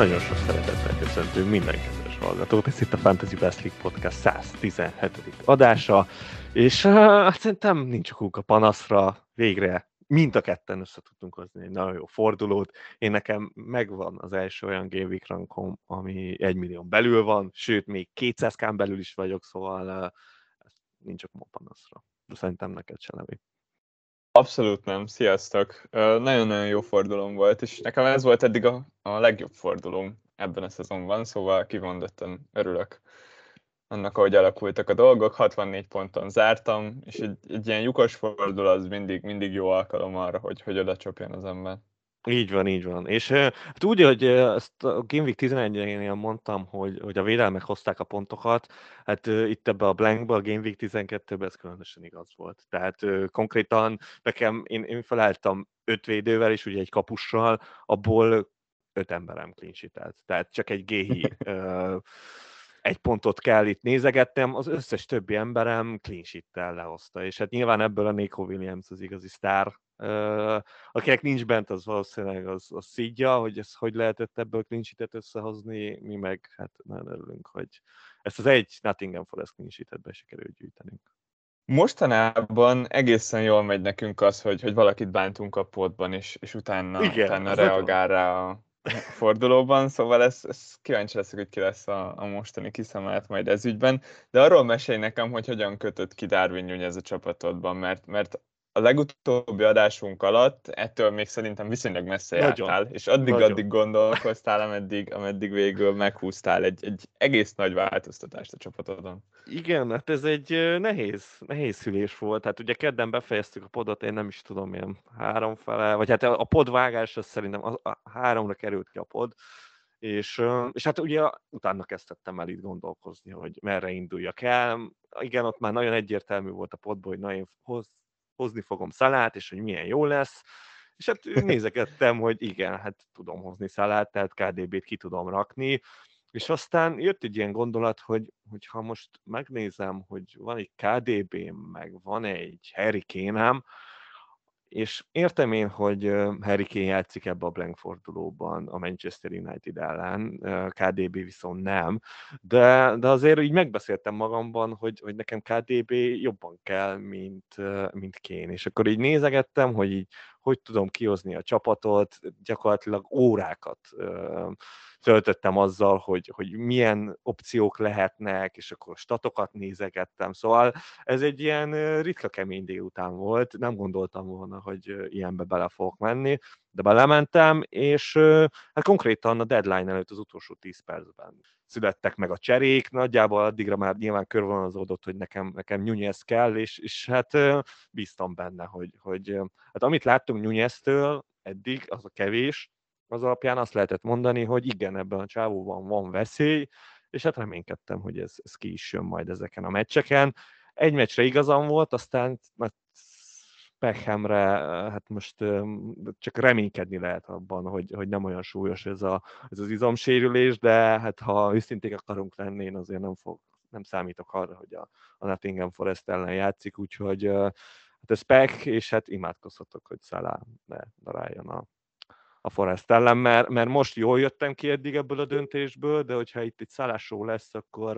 Nagyon sok szeretettel köszöntünk minden kedves hallgatót, ez itt a Fantasy Best League Podcast 117. adása, és szerintem nincs okunk a panaszra, végre mind a ketten össze tudtunk hozni egy nagyon jó fordulót. Nekem megvan az első olyan Game Week rankom, ami 1 millión belül van, sőt, még 200k belül is vagyok, szóval nincs okom a panaszra. De szerintem neked se, Levi. Abszolút nem, sziasztok! Nagyon-nagyon jó fordulóm volt, és nekem ez volt eddig a legjobb fordulóm ebben a szezonban, szóval kimondottan örülök annak, ahogy alakultak a dolgok. 64 ponton zártam, és egy ilyen lyukas forduló az mindig jó alkalom arra, hogy oda csapjon az ember. Így van. És hát úgy, hogy ezt a Game Week 11-én mondtam, hogy a védelmek hozták a pontokat, hát itt ebbe a blankba, a Game Week 12-ben ez különösen igaz volt. Tehát konkrétan nekem, én felálltam 5 védővel, és ugye egy kapussal, abból 5 emberem clean sheetelt. Tehát csak egy Géhi egy pontot kell itt nézegetnem, az összes többi emberem clean sheet-tel lehozta, és hát nyilván ebből a Nico Williams az igazi sztár, akinek nincs bent, az valószínűleg az szídja, hogy ez hogy lehetett ebből clean sheet-et összehozni, mi meg hát nagyon örülünk, hogy ezt az egy Nottingham Forest clean sheet-et be sikerült gyűjtenünk. Mostanában egészen jól megy nekünk az, hogy valakit bántunk a podban, és utána reagál rá a fordulóban, szóval ez kíváncsi leszek, hogy ki lesz a mostani kiszemelt majd ez ügyben, de arról mesélj nekem, hogy hogyan kötött ki Darwin Núñez a csapatodban, mert a legutóbbi adásunk alatt ettől még szerintem viszonylag messze jártál, és addig gondolkoztál, ameddig végül meghúztál egy egész nagy változtatást a csapatodon. Igen, hát ez egy nehéz szülés volt. Hát ugye kedden befejeztük a podot, én nem is tudom, ilyen 3 fele, vagy hát a pod vágás, az szerintem a 3-ra került ki a pod, és hát ugye utána kezdtem el itt gondolkozni, hogy merre induljak el. Igen, ott már nagyon egyértelmű volt a podból, hogy na, én hozni fogom Salát, és hogy milyen jó lesz, és hát nézegettem, hogy igen, hát tudom hozni Salát, tehát KDB-t ki tudom rakni, és aztán jött egy ilyen gondolat, hogy ha most megnézem, hogy van egy KDB-m, meg van egy Harry Kane-ám, és értem én, hogy Harry Kane játszik ebbe a blank fordulóban a Manchester United ellen, KDB viszont nem, de azért így megbeszéltem magamban, hogy nekem KDB jobban kell, mint Kane, és akkor így nézegettem, hogy így hogy tudom kihozni a csapatot, gyakorlatilag órákat töltöttem azzal, hogy milyen opciók lehetnek, és akkor statokat nézegettem, szóval ez egy ilyen ritka kemény délután volt, nem gondoltam volna, hogy ilyenbe bele fogok menni, de belementem, és hát konkrétan a deadline előtt az utolsó 10 percben születtek meg a cserék, nagyjából addigra már nyilván körvonalazódott, hogy nekem Núñez kell, és hát bíztam benne, hogy hát amit láttunk Núñeztől eddig, az a kevés, az alapján azt lehetett mondani, hogy igen, ebben a csávóban van veszély, és hát reménykedtem, hogy ez ki is jön majd ezeken a meccseken. Egy meccsre igazam volt, aztán Beckhamre, hát most csak reménykedni lehet abban, hogy nem olyan súlyos ez az izomsérülés, de hát ha őszinték akarunk lenni, én azért nem számítok arra, hogy a Nottingham Forest ellen játszik, úgyhogy hát ez Beck, és hát imádkozhatok, hogy Salah ne daráljon a Forest ellen, mert most jól jöttem ki eddig ebből a döntésből, de hogyha itt egy Salah show lesz, akkor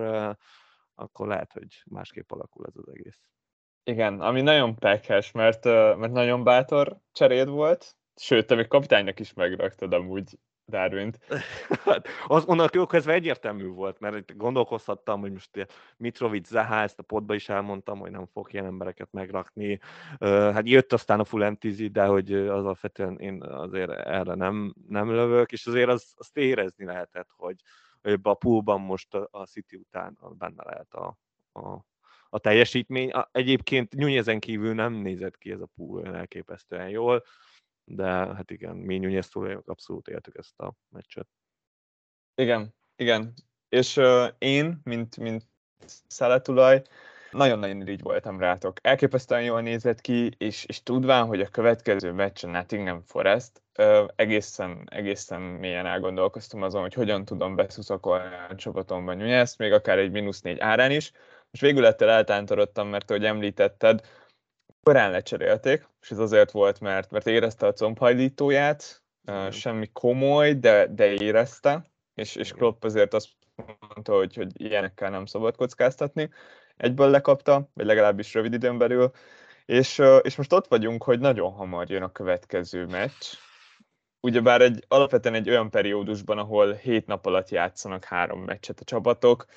lehet, hogy másképp alakul ez az egész. Igen, ami nagyon pekhes, mert nagyon bátor cseréd volt, sőt, te még kapitánynak is megraktad amúgy Darwint. Hát, onnan kezdve egyértelmű volt, mert gondolkozhattam, hogy most Mitrovic, Zaha, ezt a podba is elmondtam, hogy nem fog ilyen embereket megrakni. Hát jött aztán a full MTZ, de hogy az alapvetően én azért erre nem lövök, és azért azt érezni lehetett, hogy a poolban most a City után benne lehet a teljesítmény. Egyébként Núñezen kívül nem nézett ki ez a pool elképesztően jól, de hát igen, mi Núñeztől abszolút éltük ezt a meccset. Igen. És én, mint szeletulaj, nagyon-nagyon irigy voltam rátok. Elképesztően jól nézett ki, és tudván, hogy a következő meccs a Nottingham Forest, egészen mélyen elgondolkoztam azon, hogy hogyan tudom beszuszakolni a csapatomban Núñezt, még akár egy -4 árán is. Most végül ettől eltántorodtam, mert ahogy említetted, korán lecserélték, és ez azért volt, mert érezte a combhajlítóját, semmi komoly, de érezte, és Klopp azért azt mondta, hogy ilyenekkel nem szabad kockáztatni. Egyből lekapta, vagy legalábbis rövid időn belül, és most ott vagyunk, hogy nagyon hamar jön a következő meccs. Ugyebár alapvetően egy olyan periódusban, ahol 7 nap alatt játszanak 3 meccset a csapatok,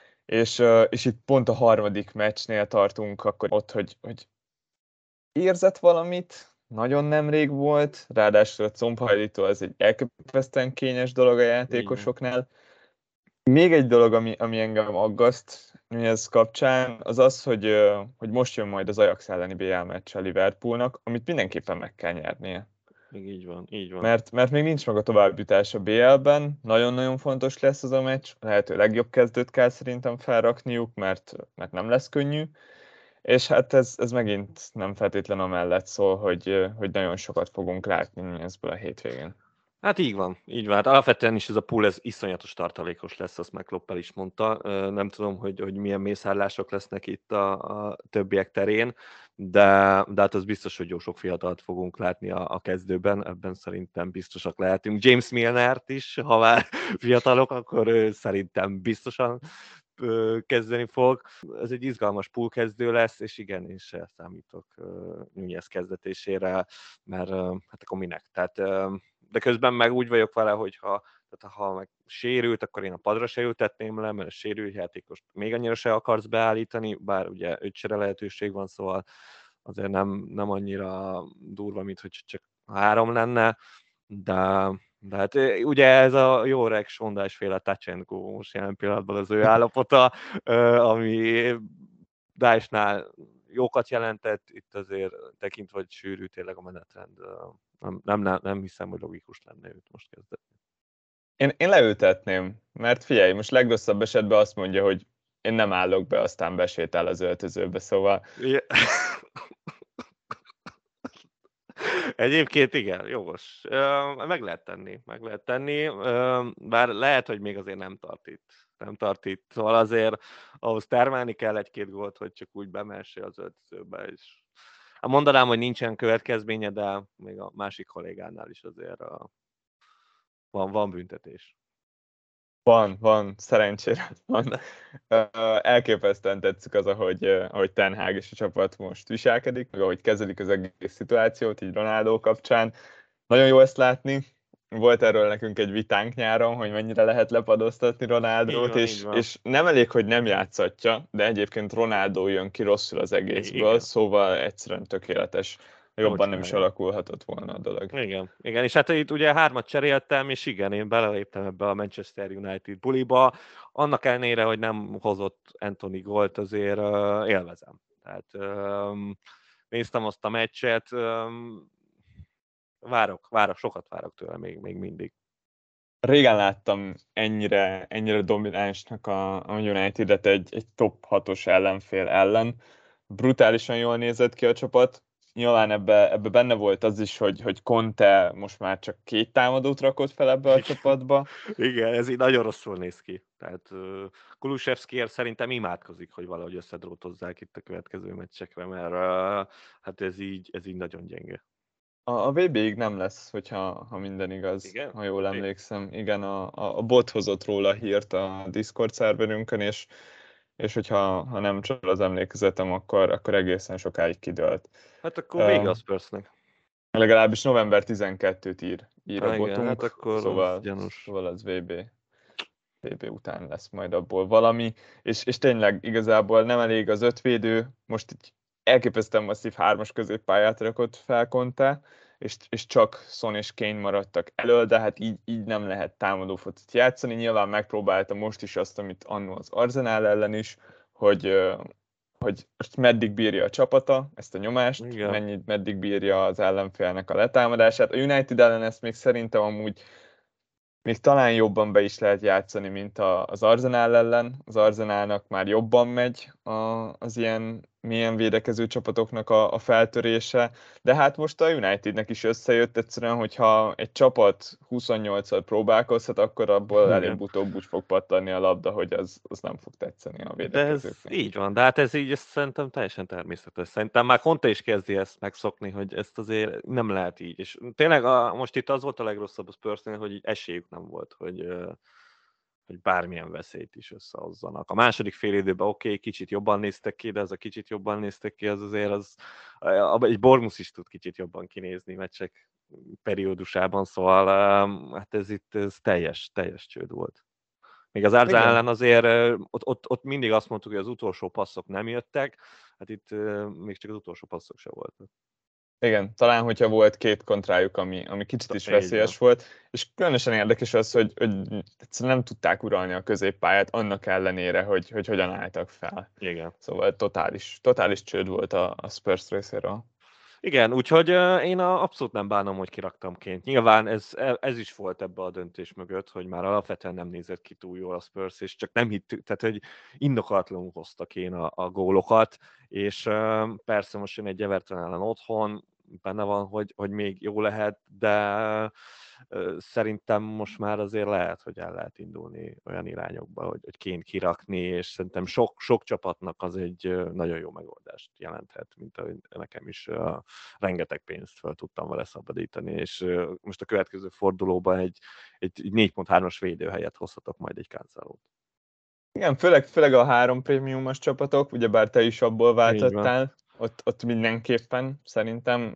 és itt pont a harmadik meccsnél tartunk akkor ott, hogy érzett valamit, nagyon nemrég volt, ráadásul a combhajlító az egy elképesztően kényes dolog a játékosoknál. Még egy dolog, ami engem aggaszt ez kapcsán, az az, hogy most jön majd az Ajax elleni BL meccs a Liverpoolnak, amit mindenképpen meg kell nyernie. Még így van, így van. Mert még nincs meg a továbbjutás a BL-ben, nagyon-nagyon fontos lesz az a meccs, lehető legjobb kezdőt kell szerintem felrakniuk, mert nem lesz könnyű, és hát ez megint nem feltétlen amellett szól, hogy nagyon sokat fogunk látni ezből a hétvégén. Hát így van, így van. Hát alapvetően is ez a pool, ez iszonyatos tartalékos lesz, azt meg Klopp el is mondta. Nem tudom, hogy milyen mészárlások lesznek itt a többiek terén, de hát az biztos, hogy jó sok fiatalt fogunk látni a kezdőben, ebben szerintem biztosak lehetünk. James Milnert is, ha már fiatalok, akkor szerintem biztosan kezdeni fog. Ez egy izgalmas pool kezdő lesz, és igen, én se számítok Núñez kezdetésére, mert hát akkor minek? Tehát de közben meg úgy vagyok vele, hogy ha meg sérült, akkor én a padra se ültetném le, mert a sérült játékost még annyira se akarsz beállítani, bár ugye ötcsere lehetőség van, szóval azért nem annyira durva, mint hogy csak 3 lenne, de hát ugye ez a jó öreg sondásféle touch and go most jelen pillanatban az ő állapota, ami Dyche-nál jókat jelentett, itt azért tekintve, hogy sűrű tényleg a menetrend, nem hiszem, hogy logikus lenne őt most kezdetni. Én leültetném, mert figyelj, most legrosszabb esetben azt mondja, hogy én nem állok be, aztán besétál az öltözőbe, szóval... Egyébként igen, jogos. Meg lehet tenni, bár lehet, hogy még azért nem tart itt. Szóval azért ahhoz termelni kell 1-2 gólt, hogy csak úgy bemessél az öltözőbe, és mondanám, hogy nincsen következménye, de még a másik kollégánál is azért van büntetés. Van, szerencsére van. Elképesztően tetszik az, ahogy Ten Hag és a csapat most viselkedik, meg ahogy kezelik az egész szituációt, így Ronaldo kapcsán. Nagyon jó ezt látni. Volt erről nekünk egy vitánk nyáron, hogy mennyire lehet lepadoztatni Ronaldót, és nem elég, hogy nem játszatja, de egyébként Ronaldo jön ki rosszul az egészből, igen. Szóval egyszerűen tökéletes. Jobban nem is alakulhatott volna a dolog. Igen, és hát itt ugye 3 cseréltem, és igen, én beleléptem ebbe a Manchester United buliba. Annak ellenére, hogy nem hozott Anthony gólt, azért élvezem. Tehát néztem azt a meccset, sokat várok tőle még mindig. Régen láttam ennyire dominánsnak a United-et egy top 6-os ellenfél ellen. Brutálisan jól nézett ki a csapat. Nyilván ebbe benne volt az is, hogy Conte most már csak 2 támadót rakott fel ebbe a csapatba. Igen, ez így nagyon rosszul néz ki. Tehát Kulusevskiért szerintem imádkozik, hogy valahogy összedrótozzák itt a következő meccsekre, mert hát ez így nagyon gyenge. A VB-ig nem lesz, ha minden igaz, igen? Ha jól emlékszem. Igen, a bot hozott róla hírt a Discord szerverünkön, és hogyha nem csal az emlékezetem, akkor egészen sokáig kidőlt. Hát akkor vége a Spursnek. Legalábbis november 12-t ír a botunk, hát akkor szóval az VB után lesz majd abból valami, és tényleg igazából nem elég az 5 védő, most egy elképesztően masszív 3-as középpályát rakott fel Conte, és csak Son és Kane maradtak elől, de hát így nem lehet támadó focit játszani. Nyilván megpróbálta most is azt, amit annó az Arsenal ellen is, hogy most meddig bírja a csapata ezt a nyomást, meddig bírja az ellenfélnek a letámadását. A United ellen ezt még szerintem amúgy még talán jobban be is lehet játszani, mint az Arsenal ellen. Az Arsenalnak már jobban megy az ilyen mélyen védekező csapatoknak a feltörése, de hát most a Unitednek is összejött egyszerűen, hogyha egy csapat 28-szor próbálkozhat, akkor abból előbb-utóbb úgy fog pattanni a labda, hogy az nem fog tetszeni a védekezőknek. De ez így van, de hát ez így szerintem teljesen természetes. Szerintem már Conte is kezdi ezt megszokni, hogy ezt azért nem lehet így. És tényleg most itt az volt a legrosszabb a Spursnél, hogy esélyük nem volt, hogy hogy bármilyen veszélyt is összehozzanak. A második fél időben oké, kicsit jobban néztek ki, de ez a kicsit jobban néztek ki, az azért egy Bournemouth is tud kicsit jobban kinézni meccsek periódusában, szóval hát ez teljes csőd volt. Még az Arsenal ellen azért ott mindig azt mondtuk, hogy az utolsó passzok nem jöttek, hát itt még csak az utolsó passzok se voltak. Igen, talán, hogyha volt két kontrájuk, ami kicsit is veszélyes volt, és különösen érdekes az, hogy egyszerűen nem tudták uralni a középpályát, annak ellenére, hogy hogyan álltak fel. Igen. Szóval totális csőd volt a Spurs részéről. Igen, úgyhogy én abszolút nem bánom, hogy kiraktam Kane-t. Nyilván ez is volt ebbe a döntés mögött, hogy már alapvetően nem nézett ki túl jól a Spurs, és csak nem hittük, tehát hogy indokolatlanul hoztak én a gólokat, és persze most jön egy Everton ellen otthon, benne van, hogy még jó lehet, de szerintem most már azért lehet, hogy el lehet indulni olyan irányokba, hogy Kane kirakni, és szerintem sok csapatnak az egy nagyon jó megoldást jelenthet, mint ahogy nekem is rengeteg pénzt fel tudtam vele szabadítani, és most a következő fordulóban egy 4.3-as védőhelyet hozhatok majd egy Cancelót. Igen, főleg a 3 prémiumos csapatok, ugyebár te is abból váltottál, ott mindenképpen szerintem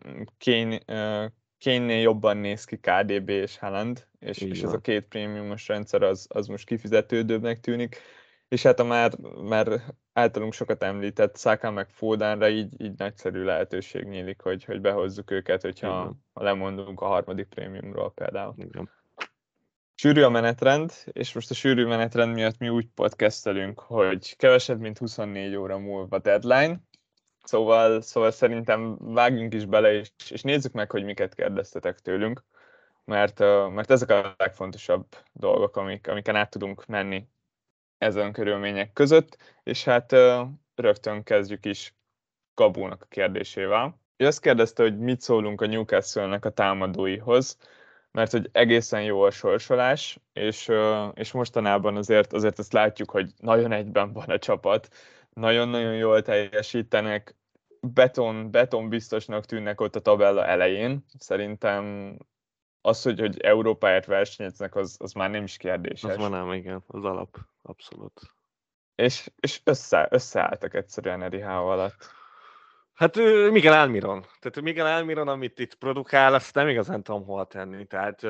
Kane-nél jobban néz ki KDB és Haaland, és ez a 2 prémiumos rendszer az most kifizetődőbbnek tűnik, és hát a már általunk sokat említett Saka meg Fodenra így nagyszerű lehetőség nyílik, hogy behozzuk őket, hogyha lemondunk a 3. prémiumról például. Igen. Sűrű a menetrend, és most a sűrű menetrend miatt mi úgy podcastelünk, hogy kevesebb, mint 24 óra múlva deadline, szóval szerintem vágjunk is bele, és nézzük meg, hogy miket kérdeztetek tőlünk, mert ezek a legfontosabb dolgok, amiken át tudunk menni ezen körülmények között, és hát rögtön kezdjük is Gabónak a kérdésével. Ő azt kérdezte, hogy mit szólunk a Newcastle-nek a támadóihoz, mert hogy egészen jó a sorsolás, és mostanában azért ezt látjuk, hogy nagyon egyben van a csapat, nagyon-nagyon jól teljesítenek, beton biztosnak tűnnek ott a tabella elején. Szerintem az, hogy Európáért versenyeznek, az már nem is kérdéses. Az már nem, igen, az alap, abszolút. És összeálltak egyszerűen Eddie Howe alatt. Hát Miguel Almiron. Tehát Miguel Almiron, amit itt produkál, azt nem igazán tudom hol tenni. Tehát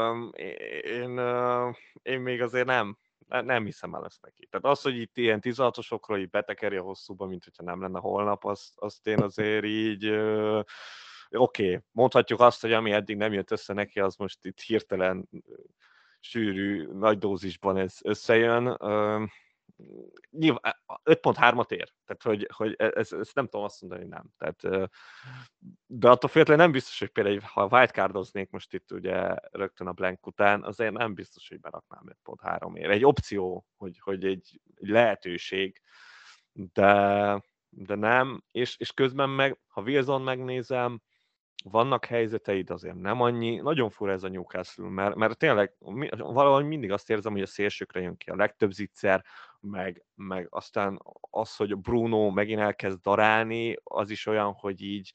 én még azért nem hiszem el ezt neki. Tehát az, hogy itt ilyen 16-osokról így betekeri a hosszúba, mint hogyha nem lenne holnap, azt én azért így oké, mondhatjuk azt, hogy ami eddig nem jött össze neki, az most itt hirtelen sűrű, nagy dózisban ez összejön. Nyilván 5.3-at ér, tehát hogy ezt nem tudom azt mondani, nem. Tehát, de attól függetlenül nem biztos, hogy például, ha wildcardoznék most itt ugye rögtön a blank után, azért nem biztos, hogy beraknám 5.3-ért. Egy opció, hogy egy lehetőség, de nem, és közben meg, ha Wilson megnézem, vannak helyzeteid, azért nem annyi. Nagyon fura ez a Newcastle, mert tényleg valahogy mindig azt érzem, hogy a szélsőkre jön ki a legtöbb zicser, meg aztán az, hogy Bruno megint elkezd darálni, az is olyan, hogy így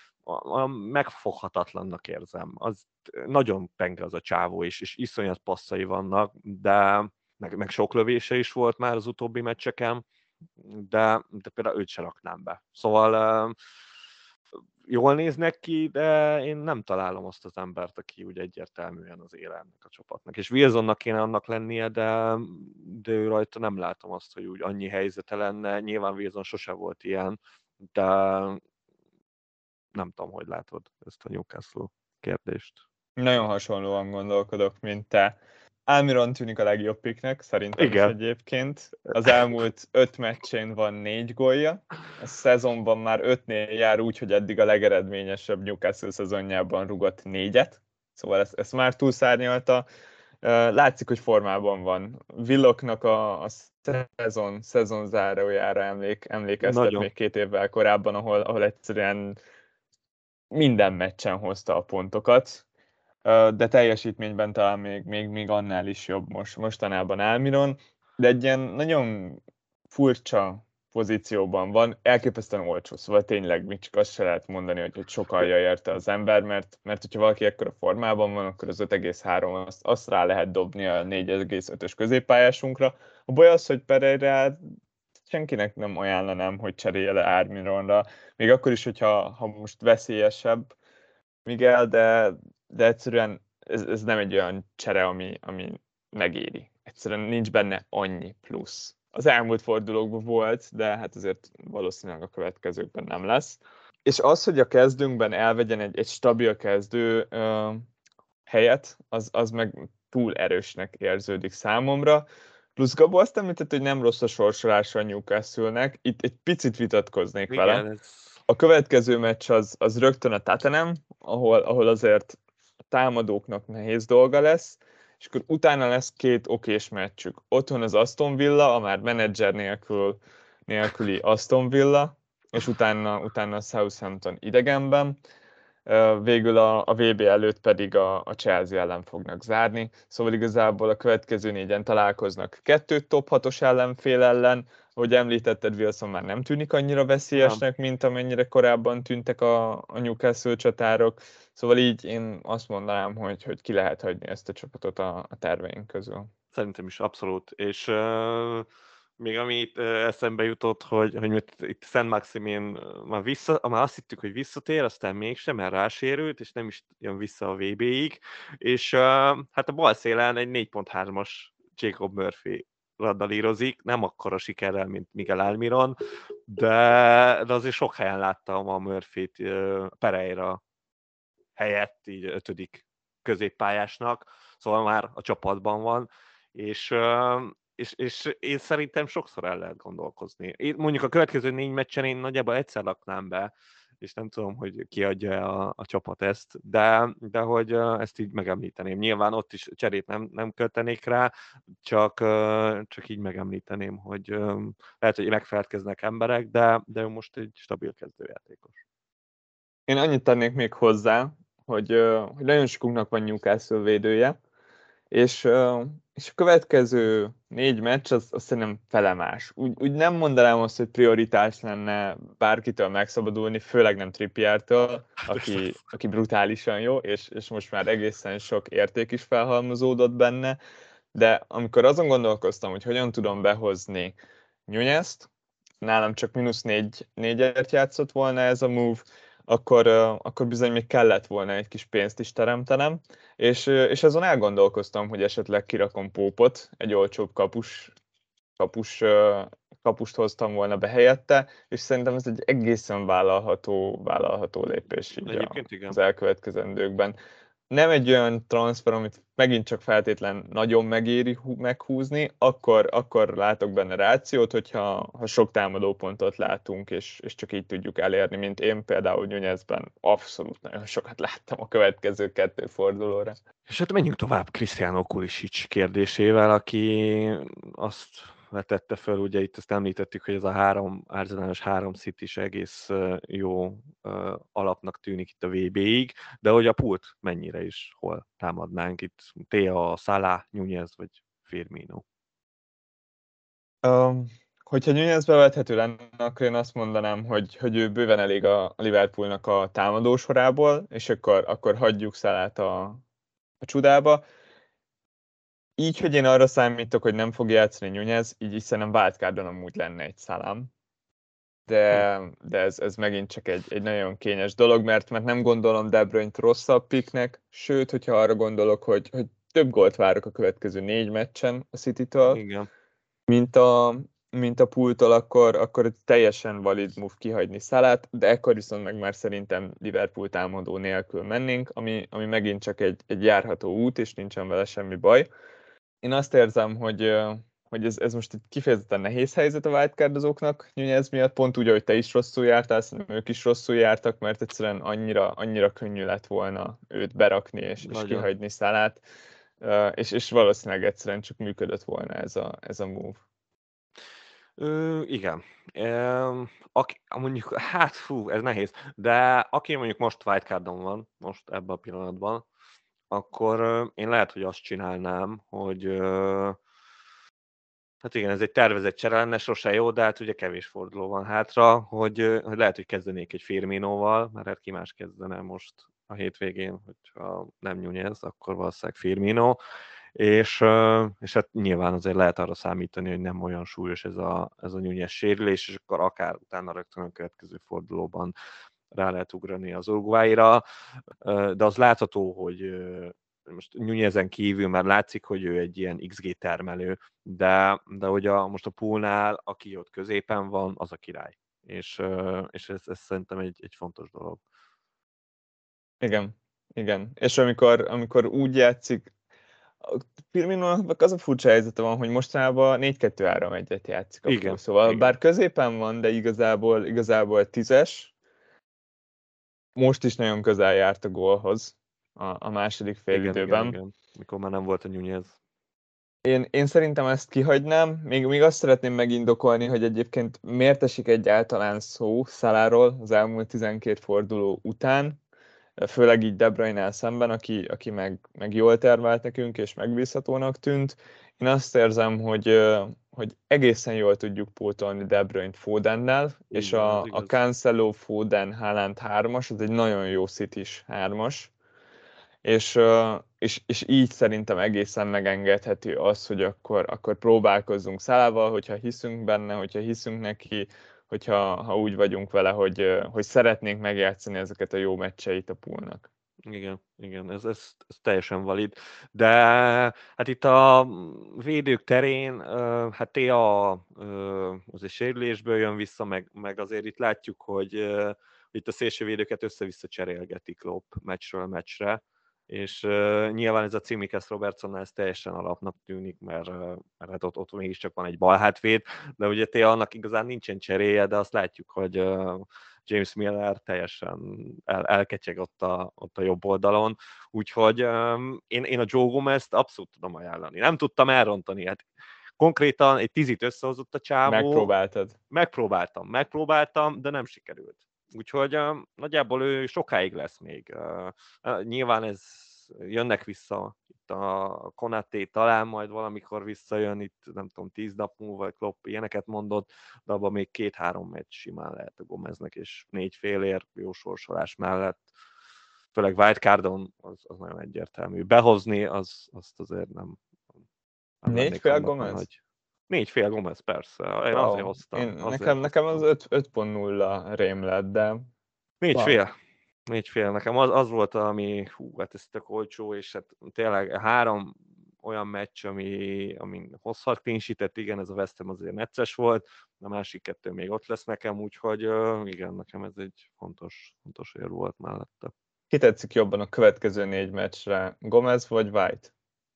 megfoghatatlannak érzem. Az nagyon penge az a csávó, és iszonyat passzai vannak, de meg sok lövése is volt már az utóbbi meccseken, de például őt se raknám be. Szóval jól néznek ki, de én nem találom azt az embert, aki úgy egyértelműen az éle ennek a csapatnak. És Wilsonnak kéne annak lennie, de ő rajta nem látom azt, hogy úgy annyi helyzete lenne. Nyilván Wilson sose volt ilyen, de nem tudom, hogy látod ezt a Newcastle kérdést. Nagyon hasonlóan gondolkodok, mint te. Almiron tűnik a legjobb picknek, szerintem is egyébként. Az elmúlt 5 meccsén van 4 gólja. A szezonban már 5-nél jár úgy, hogy eddig a legeredményesebb Newcastle szezonjában rugott 4-et. Szóval ezt már túlszárnyalta. Látszik, hogy formában van. Willocknak a szezon zárójára emlékeztet nagyon. Még 2 évvel korábban, ahol egyszerűen minden meccsen hozta a pontokat, de teljesítményben talán még annál is jobb mostanában Almiron, de egy ilyen nagyon furcsa pozícióban van, elképesztően olcsó, szóval tényleg még csak azt se lehet mondani, hogy sokalja érte az ember, mert hogyha valaki ekkora formában van, akkor az 5,3 azt rá lehet dobni a 4,5-ös középpályásunkra. A baj az, hogy Pereira senkinek nem ajánlanám, hogy cserélje le Almironra, még akkor is, hogyha most veszélyesebb Miguel, de egyszerűen ez nem egy olyan csere, ami megéri. Egyszerűen nincs benne annyi plusz. Az elmúlt fordulókban volt, de hát azért valószínűleg a következőkben nem lesz. És az, hogy a kezdőnkben elvegyen egy stabil kezdő helyet, az meg túl erősnek érződik számomra. Plusz Gabo azt említett, hogy nem rossz a sorsolása a Newcastle-nek. Itt egy picit vitatkoznék vele. Igen, A következő meccs az rögtön a Tottenham, ahol azért a támadóknak nehéz dolga lesz, és akkor utána lesz 2 okés meccsük. Otthon az Aston Villa, a már menedzser nélküli Aston Villa, és utána a Southampton idegenben. Végül a VB előtt pedig a Chelsea ellen fognak zárni, szóval igazából a következő 4-en találkoznak 2 top 6-os ellenfél ellen, ahogy említetted, Wilson már nem tűnik annyira veszélyesnek, mint amennyire korábban tűntek a Newcastle csatárok, szóval így én azt mondanám, hogy ki lehet hagyni ezt a csapatot a terveink közül. Szerintem is abszolút, és még ami itt eszembe jutott, hogy itt Szent Maximin már azt hittük, hogy visszatér, aztán mégsem, mert rásérült, és nem is jön vissza a VB-ig, és hát a bal szélen egy 4.3-as Jacob Murphy radalírozik, nem akkora sikerrel, mint Miguel Almiron, de azért sok helyen láttam a Murphy-t Pereira helyett, így 5. középpályásnak, szóval már a csapatban van, és én szerintem sokszor el lehet gondolkozni. Én mondjuk a következő 4 meccsen én nagyjából egyszer laknám be, és nem tudom, hogy kiadja a csapat ezt, de hogy ezt így megemlíteném. Nyilván ott is cserét nem költenék rá, csak így megemlíteném, hogy lehet, hogy megfelelkeznek emberek, de ő most egy stabil kezdőjátékos. Én annyit tennék még hozzá, hogy nagyon sokunknak van Newcastle védője, és a következő 4 meccs az szerintem felemás. Úgy nem mondanám azt, hogy prioritás lenne bárkitől megszabadulni, főleg nem Trippiertől, aki brutálisan jó, és most már egészen sok érték is felhalmozódott benne, de amikor azon gondolkoztam, hogy hogyan tudom behozni Nunez-t, nálam csak -4-ért játszott volna ez a move, akkor bizony még kellett volna egy kis pénzt is teremtenem, és azon elgondolkoztam, hogy esetleg kirakom Pópot, egy olcsóbb kapust hoztam volna be helyette, és szerintem ez egy egészen vállalható lépés így az elkövetkezendőkben. Nem egy olyan transfer, amit megint csak feltétlen nagyon megéri meghúzni, akkor látok benne rációt, hogyha sok támadópontot látunk, és csak így tudjuk elérni, mint én például Nunezben abszolút nagyon sokat láttam a következő 2 fordulóra. És hát menjünk tovább Cristiano Pulisic kérdésével, aki azt vetette föl, ugye itt ezt említettük, hogy ez a 3 Arsenalos 3 City is egész jó alapnak tűnik itt a VB-ig, de hogy a pult mennyire is hol támadnánk itt, Thea, Salah, Nunez vagy Firmino? Hogyha Nunez bevethető lenne, akkor én azt mondanám, hogy ő bőven elég a Liverpoolnak a támadó sorából, és akkor hagyjuk Salát a csudába. Így, hogy én arra számítok, hogy nem fog játszani Nunez, így is szerintem wildcardon amúgy lenne egy Salah. De ez megint csak egy nagyon kényes dolog, mert nem gondolom De Bruyne-t rosszabb picknek, sőt, hogyha arra gondolok, hogy több gólt várok a következő 4 meccsen a City-től, Igen. mint a Pultól, akkor teljesen valid move kihagyni Salát, de ekkor viszont meg már szerintem Liverpool támadó nélkül mennénk, ami megint csak egy járható út, és nincsen vele semmi baj. Én azt érzem, hogy ez most egy kifejezetten nehéz helyzet a wildcardozóknak Nunez miatt, pont úgy, ahogy te is rosszul jártál, szerintem ők is rosszul jártak, mert egyszerűen annyira könnyű lett volna őt berakni és kihagyni Salát, és valószínűleg egyszerűen csak működött volna ez a move. Igen. Mondjuk, hát ez nehéz, de aki mondjuk most wildcardon van, most ebben a pillanatban, akkor én lehet, hogy azt csinálnám, hogy Hát igen, ez egy tervezett csere lenne, sose jó, de hát ugye kevés forduló van hátra, hogy lehet, hogy kezdenék egy Firminóval, mert hát ki más kezdene most a hétvégén, hogyha nem Nunez, akkor valószínűleg Firmino, és hát nyilván azért lehet arra számítani, hogy nem olyan súlyos ez a Nunez sérülés, és akkor akár utána rögtön a következő fordulóban rá lehet ugrani az Uruguayra, de az látható, hogy most Nunezen kívül már látszik, hogy ő egy ilyen XG termelő, de hogy most a poolnál, aki ott középen van, az a király. És ez szerintem egy fontos dolog. Igen, igen. És amikor úgy játszik, Firminónak az a furcsa helyzete van, hogy mostanában 4-2-3-1-et játszik a pool. Igen, Szóval igen. bár középen van, de igazából 10-es, most is nagyon közel járt a gólhoz a második félidőben. Igen. Mikor már nem volt a Nunez. Én szerintem ezt kihagynám. Még azt szeretném megindokolni, hogy egyébként miért esik egyáltalán szó Saláról az elmúlt 12 forduló után, főleg így De Bruyne-nál szemben, aki meg jól termelt nekünk, és megbízhatónak tűnt. Én azt érzem, hogy egészen jól tudjuk pótolni De Bruyne-t Fodennel, és Van, ez a igaz. Cancelo Foden Haaland 3-as, az egy nagyon jó City-s 3-as, és így szerintem egészen megengedhető az, hogy akkor próbálkozzunk Szalával, hogyha hiszünk benne, hogyha hiszünk neki, ha úgy vagyunk vele, hogy szeretnénk megjátszani ezeket a jó meccseit a poolnak. Igen, ez teljesen valid. De hát itt a védők terén, hát Tea az egy sérülésből jön vissza, meg azért itt látjuk, hogy itt a szélsővédőket össze-vissza cserélgetik Klopp meccsről meccsre, és nyilván ez a Tsimikas Robertsonnál ez teljesen alapnak tűnik, mert hát ott mégiscsak van egy balhátvéd, de ugye Tea annak igazán nincsen cseréje, de azt látjuk, hogy James Miller teljesen elketyeg ott a jobb oldalon, úgyhogy én a Joe Gomez-t abszolút tudom ajánlani. Nem tudtam elrontani, hát konkrétan egy 10-it összehozott a csávó, Megpróbáltad? megpróbáltam, de nem sikerült. Úgyhogy nagyjából ő sokáig lesz még. Nyilván jönnek vissza, itt a Konaté talán majd valamikor visszajön, itt nem tudom, 10 nap múlva, Klopp ilyeneket mondott, de abban még 2-3 meccs simán lehet a Gomeznek, és 4 félért jó sorsolás mellett, főleg wildcardon, az nagyon egyértelmű. Behozni, azt azért nem Négy lennék fél annak a Gomez? nagy. 4 fél Gomez, persze. Én azért Wow. hoztam. Nekem az 5.0 rém lett, de 4 wow. fél. 4 fél. Nekem az volt, ami, hát ez tök olcsó, és hát tényleg 3 olyan meccs, amin hozhat clean sheet-et, igen, ez a West Ham azért necces volt, a másik 2 még ott lesz nekem, úgyhogy igen, nekem ez egy fontos ér volt mellette. Ki tetszik jobban a következő 4 meccsre? Gomez vagy White?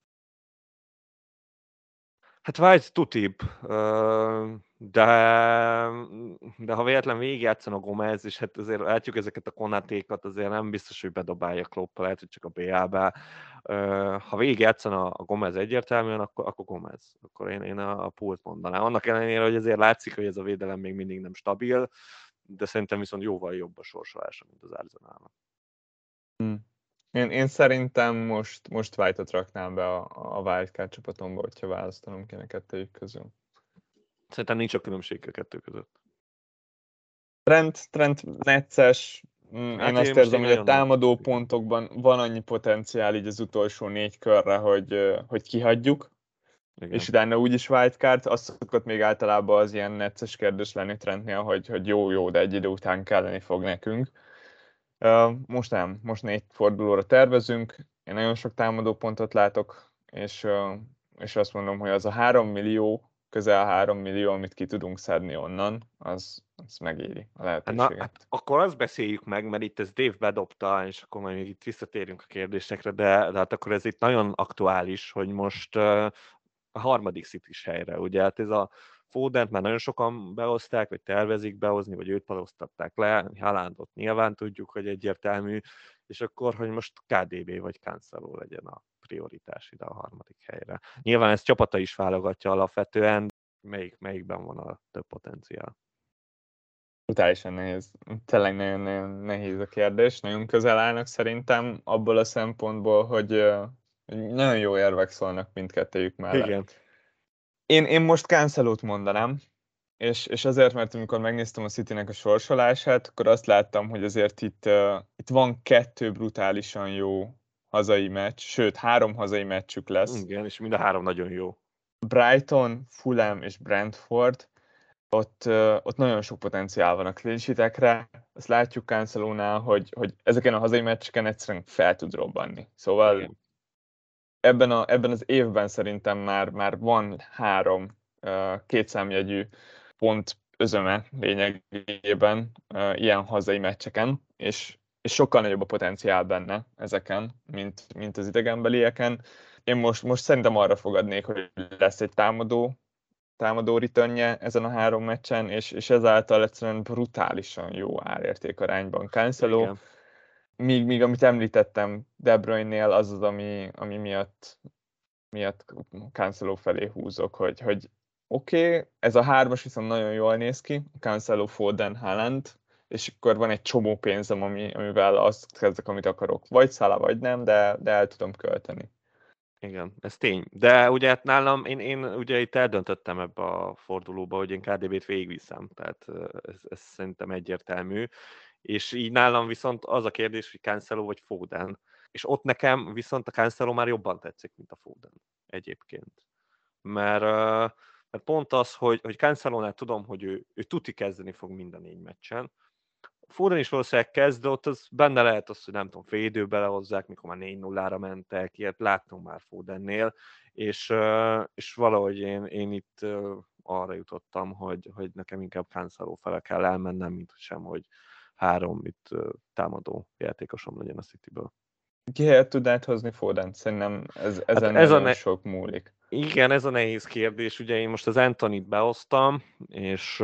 Hát White tutib, de ha véletlen végigjátszan a Gomez, és hát azért látjuk ezeket a Konatékat, azért nem biztos, hogy bedobálja Klopp, lehet, hogy csak a BA-be. Ha végigjátszan a Gomez egyértelműen, akkor Gomez. Akkor én a pult mondanám. Annak ellenére, hogy azért látszik, hogy ez a védelem még mindig nem stabil, de szerintem viszont jóval jobb a sorsolása, mint az Arsenalnak. Én szerintem most White-ot raknám be a Wildcard csapatomba, hogyha választanom kéne kettőjük közül. Szerintem nincs a különbség a kettő között. Trent necces, én Hát azt most érzem, én hogy a nagyon nem. támadó pontokban van annyi potenciál így az utolsó 4 körre, hogy kihagyjuk, Igen. és utána úgyis wildcard, az szokott még általában az ilyen necces kérdés lenni Trentnél, hogy jó, de egy idő után kelleni fog nekünk. Most nem, most 4 fordulóra tervezünk, én nagyon sok támadó pontot látok, és azt mondom, hogy az a 3 millió, közel 3 millió, amit ki tudunk szedni onnan, az megéri a lehetőséget. Hát akkor azt beszéljük meg, mert itt ez Dave bedobta, és akkor majd még itt visszatérünk a kérdésekre, de hát akkor ez itt nagyon aktuális, hogy most a harmadik City-s helyre, ugye, hát ez a Fodent már nagyon sokan behozták, vagy tervezik behozni, vagy őt paloztatták le, Haalandot nyilván tudjuk, hogy egyértelmű, és akkor, hogy most KDB vagy Cancelo legyen a prioritás ide a harmadik helyre. Nyilván ez csapata is válogatja alapvetően, melyikben van a több potenciál. Brutálisan nehéz. Tényleg nagyon-nagyon nehéz a kérdés. Nagyon közel állnak szerintem abból a szempontból, hogy nagyon jó érvek szólnak mindkettőjük mellett. Igen. Én most Cancelót mondanám, és azért, mert amikor megnéztem a Citynek a sorsolását, akkor azt láttam, hogy azért itt van 2 brutálisan jó hazai meccs, sőt 3 hazai meccsük lesz. Igen, és mind a 3 nagyon jó. Brighton, Fulham és Brentford, ott nagyon sok potenciál van a clean sheetekre. Azt látjuk Cancelónál, hogy ezeken a hazai meccseken egyszerűen fel tud robbanni. Szóval Igen. ebben az évben szerintem már van 3 kétszámjegyű pont özöme lényegében ilyen hazai meccseken, és sokkal nagyobb a potenciál benne ezeken, mint az idegenbelieken. Én most szerintem arra fogadnék, hogy lesz egy támadó returnje ezen a 3 meccsen, és ezáltal egyszerűen brutálisan jó árértékarányban Cancelo. Igen. Míg amit említettem De Bruyne-nél, az az, ami miatt Cancelo felé húzok, hogy oké, ez a 3-as viszont nagyon jól néz ki, Cancelo, Foden, Haaland, és akkor van egy csomó pénzem, amivel azt kezdek, amit akarok. Vagy Salah, vagy nem, de el tudom költeni. Igen, ez tény. De ugye hát nálam, én ugye itt eldöntöttem ebbe a fordulóba, hogy én KDB-t végigviszem, tehát ez szerintem egyértelmű. És így nálam viszont az a kérdés, hogy Cancelo vagy Foden. És ott nekem viszont a Cancelo már jobban tetszik, mint a Foden egyébként. Mert pont az, hogy Cancelónál tudom, hogy ő tuti kezdeni fog minden 4 meccsen. Foden is valószínűleg kezd, de ott az benne lehet az, hogy nem tudom, fél időbe lehozzák, mikor már 4-0-ra mentek, ilyet láttunk már Fodennél, és valahogy én itt arra jutottam, hogy nekem inkább Cancelo fele kell elmennem, mint sem, hogy 3 itt támadó játékosom legyen a Cityből. Ki helyet tudnád hozni Fodent? Szerintem Hát ezen nagyon sok múlik. Igen, ez a nehéz kérdés. Ugye én most az Anthony-t behoztam, és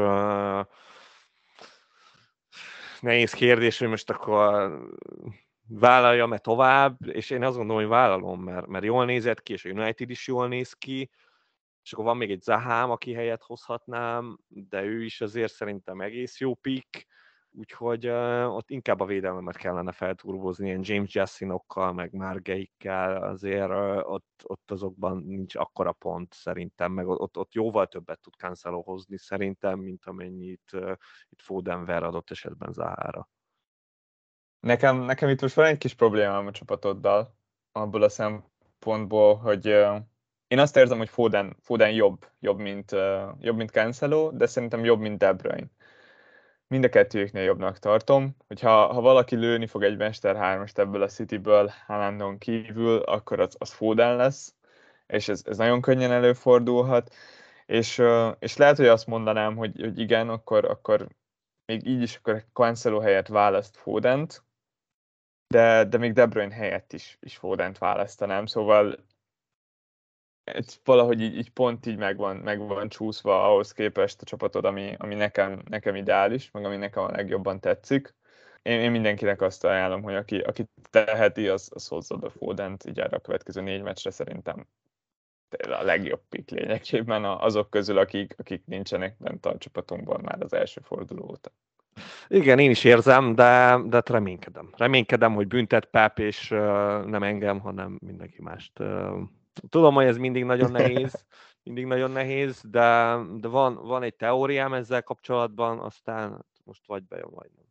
nehéz kérdés, hogy most akkor vállaljam-e tovább, és én azt gondolom, hogy vállalom, mert jól nézett ki, és a United is jól néz ki, és akkor van még egy Zahám, aki helyet hozhatnám, de ő is azért szerintem egész jó pick, úgyhogy ott inkább a védelmemet kellene felturbozni, ilyen James Jassinokkal, meg Margeikkel, azért ott azokban nincs akkora pont szerintem, meg ott jóval többet tud Cancelo hozni szerintem, mint amennyit itt Foden ver adott esetben Zahára. Nekem itt most van egy kis problémám a csapatoddal, abból a szempontból, hogy én azt érzem, hogy Foden jobb, mint Cancelo, de szerintem jobb, mint De Bruyne. Mind a kettőjüknél jobbnak tartom, hogyha valaki lőni fog egy Mester 3-ast ebből a Cityből Haalandon kívül, akkor az Foden lesz, és ez nagyon könnyen előfordulhat, és lehet, hogy azt mondanám, hogy igen, akkor még így is akkor Cancelo helyett választ Fodent, de még De Bruyne helyett is Fodent választanám, szóval ez valahogy így pont így meg van csúszva ahhoz képest a csapatod, ami nekem ideális, meg ami nekem a legjobban tetszik. Én mindenkinek azt ajánlom, hogy aki teheti, az hozza be Fodent, így erre a következő 4 meccsre szerintem a legjobb pick lényegében azok közül, akik nincsenek bent a csapatunkban már az első forduló óta. Igen, én is érzem, de hát reménykedem. Reménykedem, hogy büntet Pep, és nem engem, hanem mindenki mást. Tudom, hogy ez mindig nagyon nehéz, de van egy teóriám ezzel kapcsolatban, aztán most vagy bejön, vagy nem.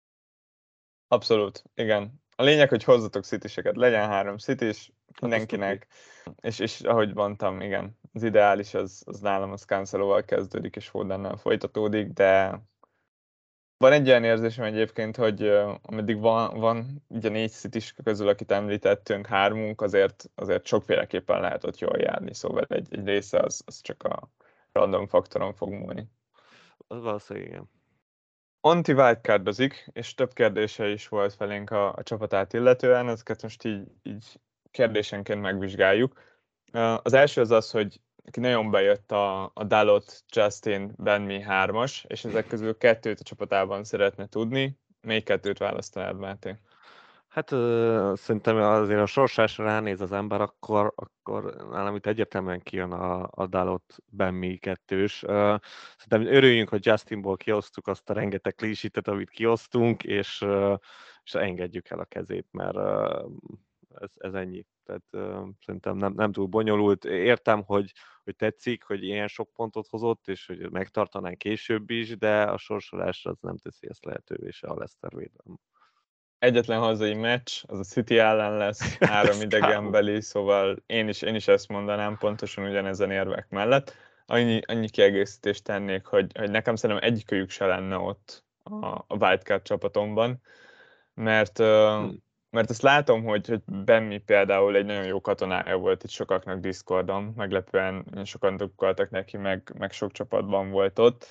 Abszolút, igen. A lényeg, hogy hozzatok Cityseket, legyen 3 Citys Hát azt mindenkinek, és ahogy mondtam, igen, az ideális az nálam az Cancelóval kezdődik, és Fodennel folytatódik, de van egy olyan érzésem egyébként, hogy ameddig van ugye 4 Citys közül, akit említettünk, 3, azért sokféleképpen lehet ott jól járni, szóval egy része az csak a random faktoron fog múlni. Az valószínűleg igen. Anti wildcardozik, és több kérdése is volt felénk a csapatát illetően, ezeket most így kérdésenként megvizsgáljuk. Az első az, hogy neki nagyon bejött a Dalot, Justin, Benmi 3-as, és ezek közül 2-t a csapatában szeretne tudni. Még 2-t választanád, Máté? Hát szerintem azért a sorsásra ránéz az ember, akkor nálam itt egyértelműen kijön a Dalot Benmi 2-s. Szerintem örüljünk, hogy Justinból kiosztuk azt a rengeteg klísitet, amit kiosztunk, és engedjük el a kezét, mert ez ennyi. tehát szerintem nem túl bonyolult. Értem, hogy tetszik, hogy ilyen sok pontot hozott, és hogy megtartanánk később is, de a sorsolás az nem teszi ezt lehetővé se a Leicester védelem. Egyetlen hazai meccs, az a City ellen lesz, 3 idegenbeli, szóval én is ezt mondanám pontosan ugyanezen érvek mellett. Annyi kiegészítést tennék, hogy nekem szerintem egyikőjük se lenne ott a wildcard csapatomban, mert azt látom, hogy Benmi például egy nagyon jó katonája volt itt sokaknak Discordon, meglepően sokan drukkoltak neki, meg sok csapatban volt ott,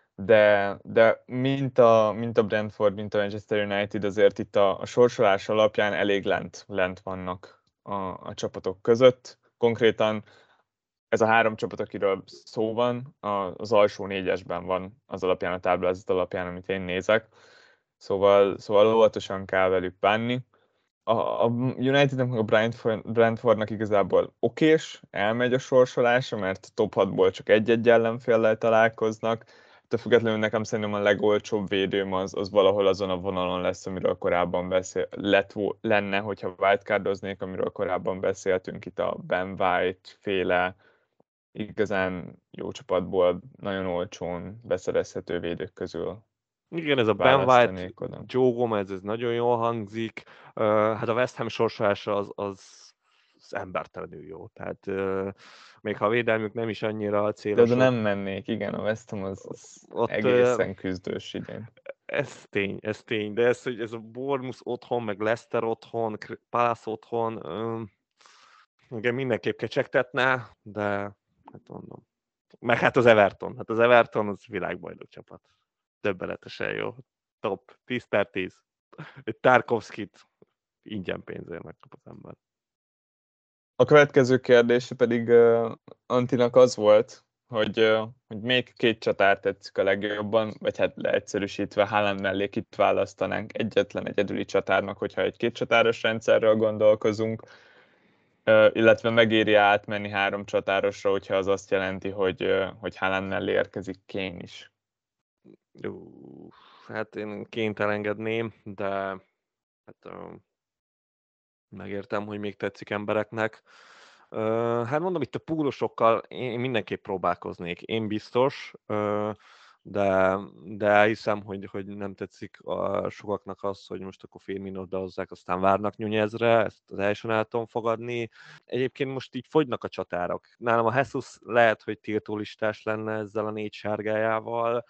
de mint a Brentford, mint a Manchester United, azért itt a sorsolás alapján elég lent vannak a csapatok között. Konkrétan ez a 3 csapat, akiről szó van, az alsó 4-esben van az alapján, a táblázat alapján, amit én nézek. Szóval óvatosan kell velük bánni. A Unitednek, meg a Brentfordnak igazából okés, elmegy a sorsolása, mert top 6-ból csak egy-egy ellenféllel találkoznak. De függetlenül nekem szerintem a legolcsóbb védőm az valahol azon a vonalon lesz, amiről korábban lenne, hogyha wildcardoznék, amiről korábban beszéltünk, itt a Ben White féle igazán jó csapatból nagyon olcsón beszerezhető védők közül. Igen, ez a Ben White, Joe Gomez, ez nagyon jól hangzik. Hát a West Ham sorsolása az embertelenül jó. Tehát még ha a védelmük nem is annyira célos. De nem mennék, igen, a West Ham az ott, egészen küzdős idén. Ez tény. De hogy ez a Bournemouth otthon, meg Leicester otthon, Palace otthon, igen, mindenképp kecsegtetne, de hát mondom. Meg hát az Everton. Hát az Everton az világbajnok csapat. Döbbenetesen jó. Top. 10/10. Egy Tarkovskit ingyen pénzért megkap az ember. A következő kérdése pedig Antinak az volt, hogy még 2 csatár tetszik a legjobban, vagy hát leegyszerűsítve Haaland mellé kit választanánk egyedüli csatárnak, hogyha egy 2 csatáros rendszerről gondolkozunk, illetve megéri átmenni 3 csatárosra, hogyha az azt jelenti, hogy Haaland mellé érkezik Kane is. Hát én Kane-t elengedném, de hát megértem, hogy még tetszik embereknek. Hát mondom, itt a púlosokkal én mindenképp próbálkoznék. Én biztos, de hiszem, hogy nem tetszik sokaknak az, hogy most akkor Firminót behozzák, aztán várnak Nunezre, ezt az első el tudom fogadni. Egyébként most így fogynak a csatárok. Nálam a Jesus lehet, hogy tiltólistás lenne ezzel a 4 sárgájával,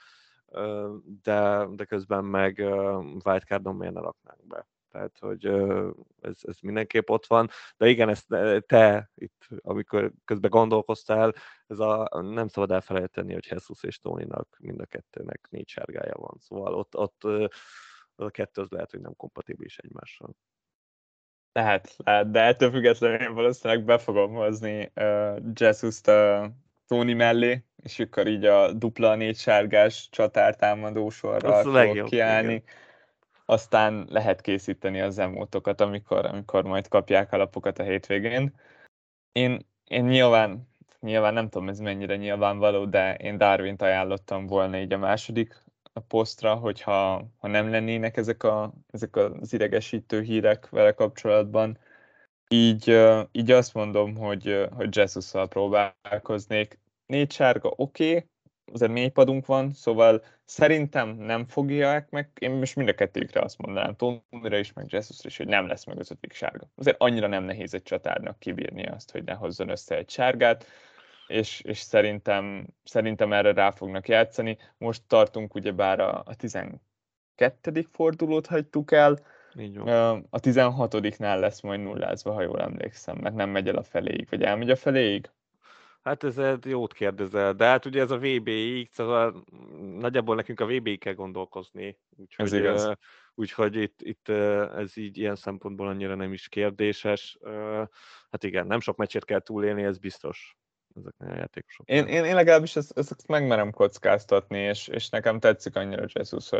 de közben meg wildcardon miért ne raknánk be. Tehát, hogy ez mindenképp ott van. De igen, ezt te itt, amikor közben gondolkoztál, nem szabad elfelejteni, hogy Jesus és Tonynak mind a kettőnek 4 sárgája van. Szóval ott a kettő az lehet, hogy nem kompatibilis egymással. Lehet, de ettől függetlenül én valószínűleg be fogom hozni Jesus-t Tony mellé, és akkor így a dupla 4 sárgás csatártámadó sorral fogok kiállni. Igen. Aztán lehet készíteni az emótokat, amikor majd kapják a lapokat a hétvégén. Én nyilván nem tudom, ez mennyire nyilvánvaló, de én Darwint ajánlottam volna így a második posztra, hogyha nem lennének ezek az idegesítő hírek vele kapcsolatban. Így azt mondom, hogy Jesus-szal próbálkoznék. 4 sárga oké, azért mélypadunk van, szóval szerintem nem fogják meg, én most mind a kettőjükre azt mondanám, Tonira is, meg Jesusra is, hogy nem lesz meg az 5. sárga. Azért annyira nem nehéz egy csatárnak kibírni azt, hogy ne hozzon össze egy sárgát, és szerintem erre rá fognak játszani. Most tartunk ugyebár a 12. fordulót hagytuk el, a 16-nál lesz majd nullázva, ha jól emlékszem, mert nem megy el a feléig, vagy elmegy a feléig? Hát ez jót kérdezel, de hát ugye ez a VB-ig, szóval nagyjából nekünk a VB-ig kell gondolkozni, úgyhogy itt ez így ilyen szempontból annyira nem is kérdéses. Hát igen, nem sok meccsét kell túlélni, ez biztos ezeknél a játékosoknál. Én legalábbis ezt megmerem kockáztatni, és nekem tetszik annyira Jesus,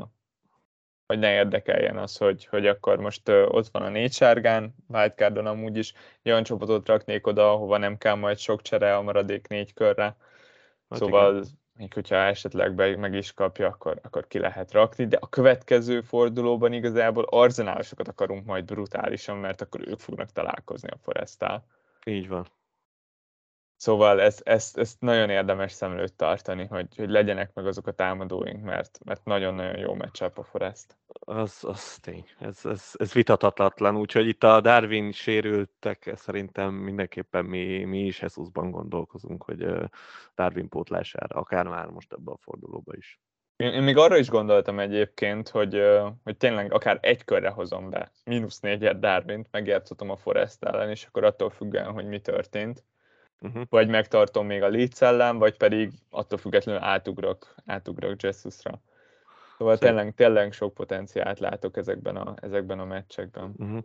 hogy ne érdekeljen az, hogy akkor most ott van a 4 sárgán, wildcardon amúgy is olyan csapatot raknék oda, ahova nem kell majd sok csere a maradék 4 körre. Hát szóval igen. még hogyha esetleg meg is kapja, akkor ki lehet rakni, de a következő fordulóban igazából arzenálosokat akarunk majd brutálisan, mert akkor ők fognak találkozni a Foresttal. Így van. Szóval ezt nagyon érdemes szem előtt tartani, hogy legyenek meg azok a támadóink, mert nagyon-nagyon jó matchup a Forest. Az tény. Ez vitathatatlan, úgyhogy itt a Darwin sérültek, szerintem mindenképpen mi is Jesusban gondolkozunk, hogy Darwin pótlására, akár már most ebben a fordulóban is. Én még arra is gondoltam egyébként, hogy tényleg akár egy körre hozom be, -4-et Darwint, megjátszottam a Forest ellen, és akkor attól függően, hogy mi történt. Vagy megtartom még a Leeds ellen, vagy pedig attól függetlenül átugrok Jesusra. Szóval tényleg sok potenciált látok ezekben a meccsekben.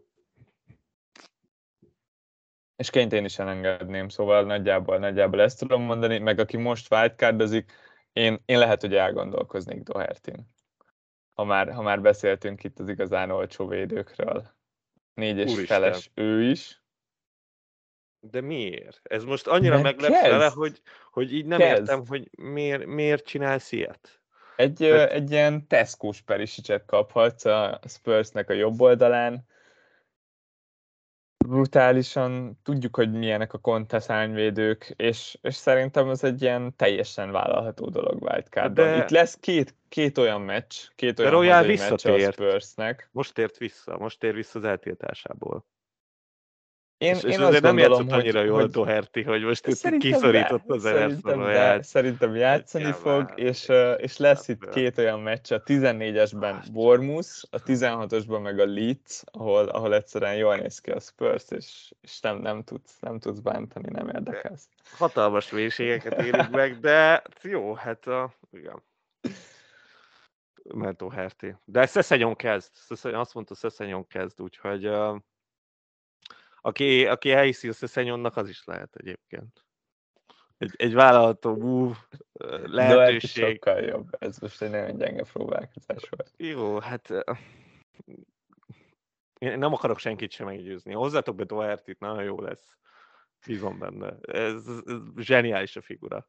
És Kane-t én is elengedném, szóval nagyjából ezt tudom mondani, meg aki most wildcardozik, én lehet, hogy elgondolkoznék Dohertyn. Ha már beszéltünk itt az igazán olcsó védőkről. 4,5-es ő is. De miért? Ez most annyira meglepsz vele, hogy így nem értem, hogy miért csinálsz ilyet? Egy ilyen Tesco-s Perisicset kaphatsz a Spursnek a jobb oldalán. Brutálisan tudjuk, hogy milyenek a konteszányvédők, és szerintem ez egy ilyen teljesen vállalható dolog wildcardban. Itt lesz két olyan meccs, két olyan hazai meccs a Spursnek. Most tér vissza az eltiltásából. Én azért azt nem gondolom, annyira jól hogy Doherty, hogy most itt kiszorított az Everton. Szerintem játszani fog, és lesz itt két olyan meccs, a 14-esben Bournemouth, a 16-osban meg a Leeds, ahol egyszerűen jól néz ki a Spurs, és nem tudsz bántani, nem érdekelsz. Hatalmas mélységeket élünk meg, de jó, hát igen. Mert Doherty. De Szeszenyon kezd. Azt mondta, Szeszenyon kezd, úgyhogy aki elhiszi a Szeszenyonnak, az is lehet egyébként. Egy vállalható move, lehetőség. Sokkal jobb. Ez most egy nagyon gyenge próbálkozás volt. Jó, hát én nem akarok senkit sem meggyőzni. Hozzátok be Dohertyt, nagyon jó lesz. Bízom benne. Ez zseniális a figura.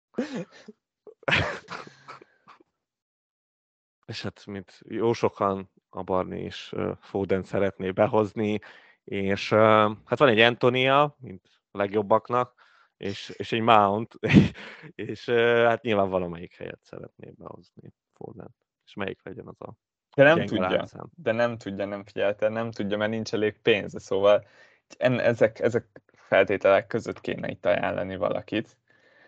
És hát, mint jó sokan, a Barni is Foden szeretné behozni, és hát van egy Antonia, mint a legjobbaknak, és egy Mount, és hát nyilván valamelyik helyet szeretné behozni Foden. És melyik legyen az a nem tudja, mert nincs elég pénze, szóval ezek feltételek között kéne itt ajánlani valakit.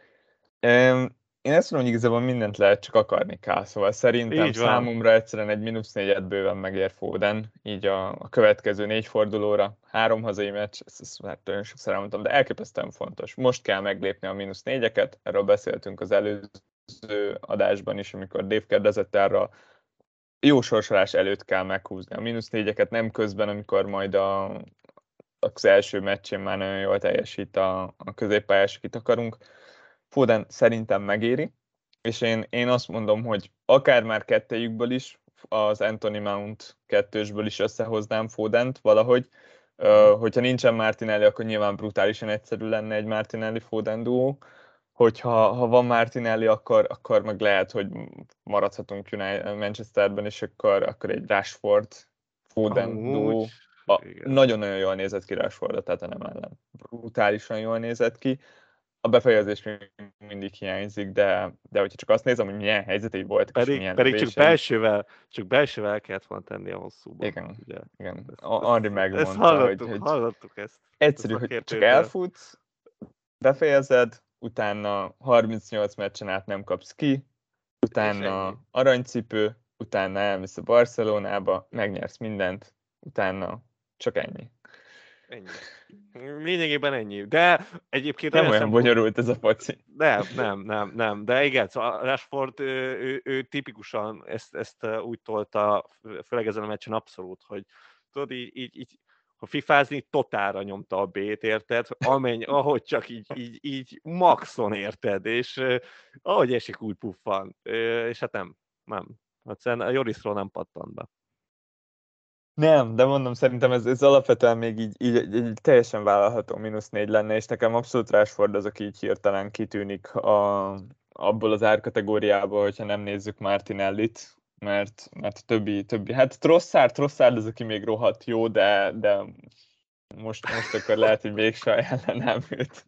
Én ezt mondom, hogy igazából mindent lehet, csak akarni kell, szóval szerintem számomra egyszerűen egy -4-et bőven megér Foden, így a következő 4 fordulóra, 3 hazai meccs, ezt már nagyon sokszor elmondtam, de elképesztően fontos. Most kell meglépni a -4-eket, erről beszéltünk az előző adásban is, amikor Dave kérdezett erről, jó sorsolás előtt kell meghúzni a -4-eket, nem közben, amikor majd az első meccsén már nagyon jól teljesít a középpályás, akit akarunk. Foden szerintem megéri, és én azt mondom, hogy akár már kettejükből is, az Anthony Mount 2-ből is összehoznám Fodent valahogy. Hogyha nincsen Martinelli, akkor nyilván brutálisan egyszerű lenne egy Martinelli-Foden duó. Hogyha van Martinelli, akkor meg lehet, hogy maradhatunk Manchesterben, és akkor egy Rashford-Foden duó. Nagyon-nagyon jól nézett ki Rashford a Tottenham ellen. Brutálisan jól nézett ki. A befejezés mindig hiányzik, de hogyha csak azt nézem, hogy milyen helyzetei voltak, és milyen pedig csak belsővel kellett volna tenni a hosszúban. Igen. Andri megmondta, hogy hallottuk ezt. Egyszerű, hogy csak elfutsz, befejezed, utána 38 meccsen át nem kapsz ki, utána aranycipő, utána elmész a Barcelonába, megnyersz mindent, utána csak ennyi. Ennyi. Lényegében ennyi. De egyébként nem olyan bonyolult ez a foci. Nem. De igen, szóval Rashford ő tipikusan ezt úgy tolta, főleg ezen a meccsen abszolút, hogy tudod, így ha fifázni, totálra nyomta a B-t, érted? Ahogy csak így maxon, érted? És ahogy esik, úgy puffan. És hát nem. Egyszerűen a Jorisról nem pattant be. Nem, de mondom, szerintem ez alapvetően még így teljesen vállalható -4 lenne, és nekem abszolút Rashford az, aki így hirtelen kitűnik a abból az árkategóriából, hogyha nem nézzük Martinellit, mert a többi, hát Trossard az, aki még rohadt jó, de most akkor lehet, hogy mégse ajánlanám őt.